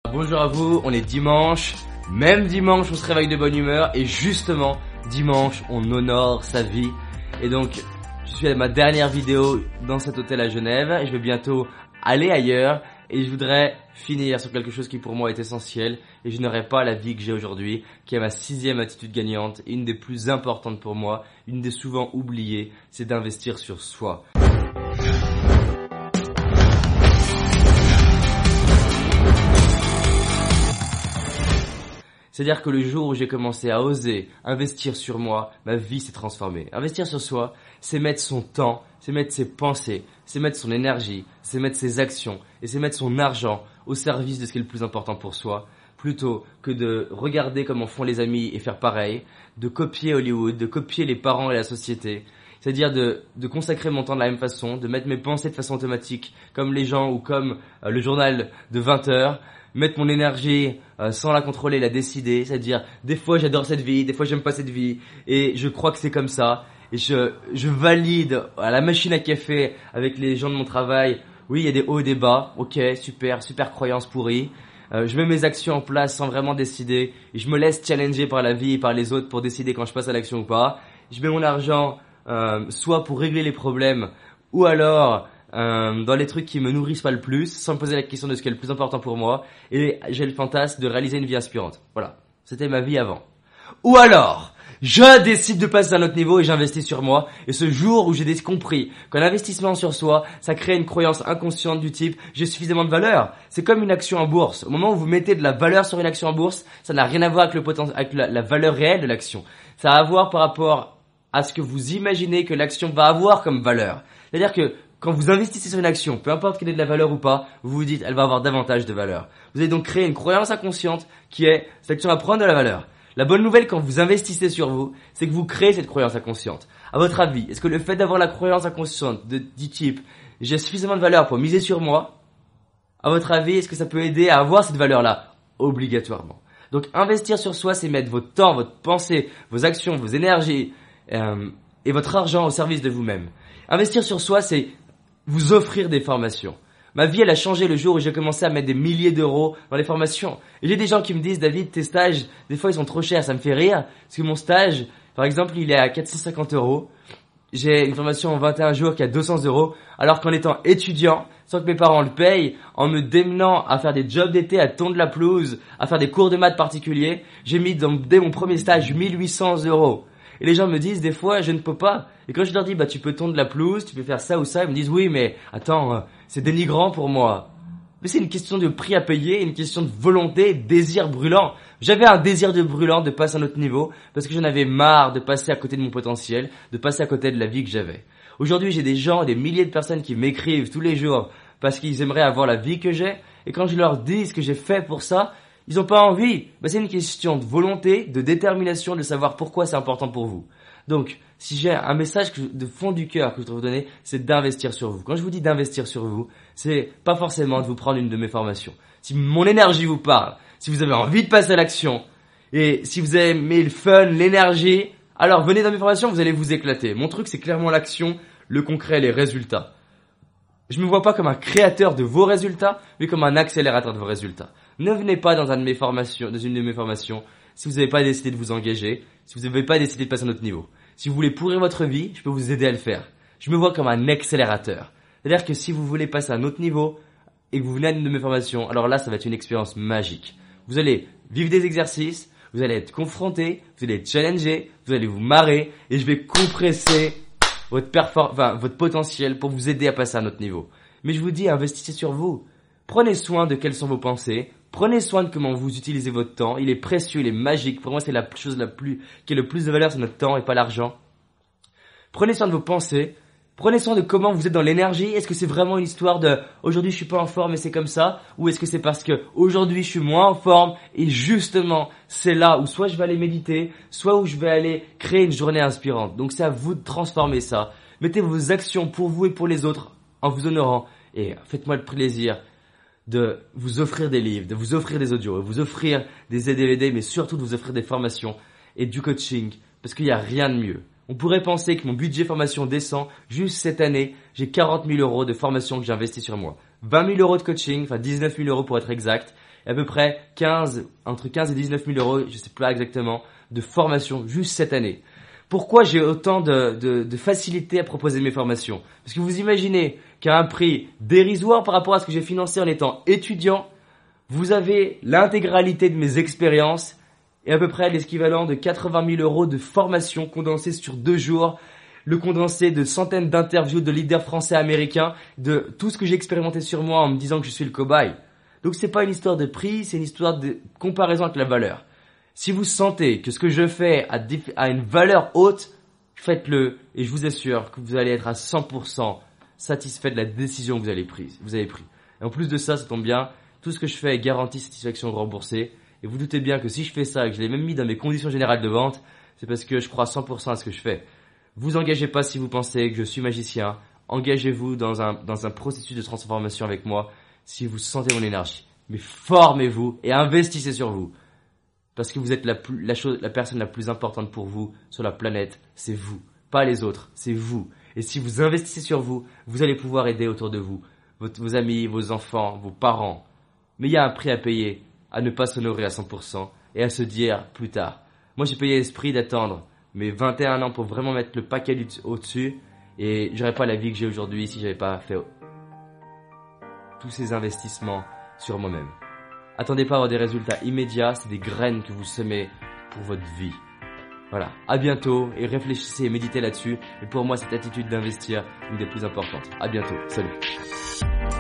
Bonjour à vous, on est dimanche, même dimanche on se réveille de bonne humeur et justement dimanche on honore sa vie. Et donc je suis à ma dernière vidéo dans cet hôtel à Genève et je vais bientôt aller ailleurs et je voudrais finir sur quelque chose qui pour moi est essentiel et je n'aurai pas la vie que j'ai aujourd'hui, qui est ma 6e attitude gagnante, une des plus importantes pour moi, une des souvent oubliées, c'est d'investir sur soi. C'est-à-dire que le jour où j'ai commencé à oser investir sur moi, ma vie s'est transformée. Investir sur soi, c'est mettre son temps, c'est mettre ses pensées, c'est mettre son énergie, c'est mettre ses actions et c'est mettre son argent au service de ce qui est le plus important pour soi, plutôt que de regarder comment font les amis et faire pareil, de copier Hollywood, de copier les parents et la société. C'est-à-dire de consacrer mon temps de la même façon, de mettre mes pensées de façon automatique, comme les gens ou comme le journal de 20 heures, mettre mon énergie sans la contrôler, la décider, c'est-à-dire des fois j'adore cette vie, des fois j'aime pas cette vie, et je crois que c'est comme ça, et je valide à la machine à café avec les gens de mon travail, oui il y a des hauts et des bas, ok, super croyance pourrie, je mets mes actions en place sans vraiment décider, et je me laisse challenger par la vie et par les autres pour décider quand je passe à l'action ou pas, je mets mon argent soit pour régler les problèmes, ou alors dans les trucs qui me nourrissent pas le plus, sans me poser la question de ce qui est le plus important pour moi, et j'ai le fantasme de réaliser une vie inspirante. Voilà, c'était ma vie avant. Ou alors, je décide de passer à un autre niveau et j'investis sur moi, et ce jour où j'ai compris qu'un investissement sur soi, ça crée une croyance inconsciente du type « j'ai suffisamment de valeur ». C'est comme une action en bourse. Au moment où vous mettez de la valeur sur une action en bourse, ça n'a rien à voir avec la valeur réelle de l'action. Ça a à voir par rapport à ce que vous imaginez que l'action va avoir comme valeur. C'est-à-dire que quand vous investissez sur une action, peu importe qu'elle ait de la valeur ou pas, vous vous dites elle va avoir davantage de valeur. Vous allez donc créer une croyance inconsciente qui est cette action va prendre de la valeur. La bonne nouvelle quand vous investissez sur vous, c'est que vous créez cette croyance inconsciente. À votre avis, est-ce que le fait d'avoir la croyance inconsciente du type j'ai suffisamment de valeur pour miser sur moi, à votre avis, est-ce que ça peut aider à avoir cette valeur-là? Obligatoirement. Donc investir sur soi, c'est mettre votre temps, votre pensée, vos actions, vos énergies et votre argent au service de vous-même. Investir sur soi, c'est vous offrir des formations. Ma vie, elle a changé le jour où j'ai commencé à mettre des milliers d'euros dans les formations. Et j'ai des gens qui me disent, David, tes stages, des fois, ils sont trop chers. Ça me fait rire. Parce que mon stage, par exemple, il est à 450 euros. J'ai une formation en 21 jours qui est à 200 euros. Alors qu'en étant étudiant, sans que mes parents le payent, en me démenant à faire des jobs d'été, à tondre la pelouse, à faire des cours de maths particuliers, j'ai mis dès mon premier stage 1800 euros. Et les gens me disent des fois je ne peux pas. Et quand je leur dis bah tu peux tondre la pelouse, tu peux faire ça ou ça, ils me disent oui mais attends, c'est dénigrant pour moi. Mais c'est une question de prix à payer, une question de volonté, de désir brûlant. J'avais un désir brûlant de passer à un autre niveau parce que j'en avais marre de passer à côté de mon potentiel, de passer à côté de la vie que j'avais. Aujourd'hui j'ai des gens, des milliers de personnes qui m'écrivent tous les jours parce qu'ils aimeraient avoir la vie que j'ai. Et quand je leur dis ce que j'ai fait pour ça, ils n'ont pas envie. C'est une question de volonté, de détermination, de savoir pourquoi c'est important pour vous. Donc, si j'ai un message de fond du cœur que je voudrais vous donner, c'est d'investir sur vous. Quand je vous dis d'investir sur vous, c'est pas forcément de vous prendre une de mes formations. Si mon énergie vous parle, si vous avez envie de passer à l'action, et si vous aimez le fun, l'énergie, alors venez dans mes formations, vous allez vous éclater. Mon truc, c'est clairement l'action, le concret, les résultats. Je me vois pas comme un créateur de vos résultats, mais comme un accélérateur de vos résultats. Ne venez pas dans une de mes formations si vous n'avez pas décidé de vous engager, si vous n'avez pas décidé de passer à un autre niveau. Si vous voulez pourrir votre vie, je peux vous aider à le faire. Je me vois comme un accélérateur. C'est-à-dire que si vous voulez passer à un autre niveau et que vous venez à une de mes formations, alors là, ça va être une expérience magique. Vous allez vivre des exercices, vous allez être confronté, vous allez être challengé, vous allez vous marrer et je vais compresser votre potentiel pour vous aider à passer à un autre niveau. Mais je vous dis, investissez sur vous. Prenez soin de quelles sont vos pensées. Prenez soin de comment vous utilisez votre temps. Il est précieux, il est magique. Pour moi, c'est la chose qui est le plus de valeur, c'est notre temps et pas l'argent. Prenez soin de vos pensées. Prenez soin de comment vous êtes dans l'énergie. Est-ce que c'est vraiment une histoire de aujourd'hui je suis pas en forme et c'est comme ça, ou est-ce que c'est parce que aujourd'hui je suis moins en forme et justement c'est là où soit je vais aller méditer, soit où je vais aller créer une journée inspirante. Donc c'est à vous de transformer ça. Mettez vos actions pour vous et pour les autres en vous honorant et faites-moi le plaisir de vous offrir des livres, de vous offrir des audios, de vous offrir des DVD, mais surtout de vous offrir des formations et du coaching parce qu'il n'y a rien de mieux. On pourrait penser que mon budget formation descend. Juste cette année, j'ai 40 000 euros de formation que j'ai investi sur moi. 20 000 euros de coaching, enfin 19 000 euros pour être exact. et à peu près entre 15 et 19 000 euros, je sais pas exactement, de formation juste cette année. Pourquoi j'ai autant de facilité à proposer mes formations? Parce que vous imaginez qu'à un prix dérisoire par rapport à ce que j'ai financé en étant étudiant, vous avez l'intégralité de mes expériences et à peu près l'équivalent de 80 000 euros de formation condensée sur 2 jours, le condensé de centaines d'interviews de leaders français américains, de tout ce que j'ai expérimenté sur moi en me disant que je suis le cobaye. Donc c'est pas une histoire de prix, c'est une histoire de comparaison avec la valeur. Si vous sentez que ce que je fais a une valeur haute, faites-le et je vous assure que vous allez être à 100% satisfait de la décision que vous avez prise. Et en plus de ça, ça tombe bien, tout ce que je fais est garantie satisfaction remboursée. Et vous doutez bien que si je fais ça et que je l'ai même mis dans mes conditions générales de vente, c'est parce que je crois 100% à ce que je fais. Vous engagez pas si vous pensez que je suis magicien. Engagez-vous dans un processus de transformation avec moi si vous sentez mon énergie. Mais formez-vous et investissez sur vous. Parce que vous êtes la personne la plus importante pour vous sur la planète, c'est vous. Pas les autres, c'est vous. Et si vous investissez sur vous, vous allez pouvoir aider autour de vous, vos amis, vos enfants, vos parents. Mais il y a un prix à payer, à ne pas s'honorer à 100% et à se dire plus tard. Moi j'ai payé l'esprit d'attendre mes 21 ans pour vraiment mettre le paquet au-dessus et j'aurais pas la vie que j'ai aujourd'hui si j'avais pas fait tous ces investissements sur moi-même. Attendez pas à avoir des résultats immédiats, c'est des graines que vous semez pour votre vie. Voilà, à bientôt et réfléchissez et méditez là-dessus. Et pour moi, cette attitude d'investir est une des plus importantes. À bientôt, salut.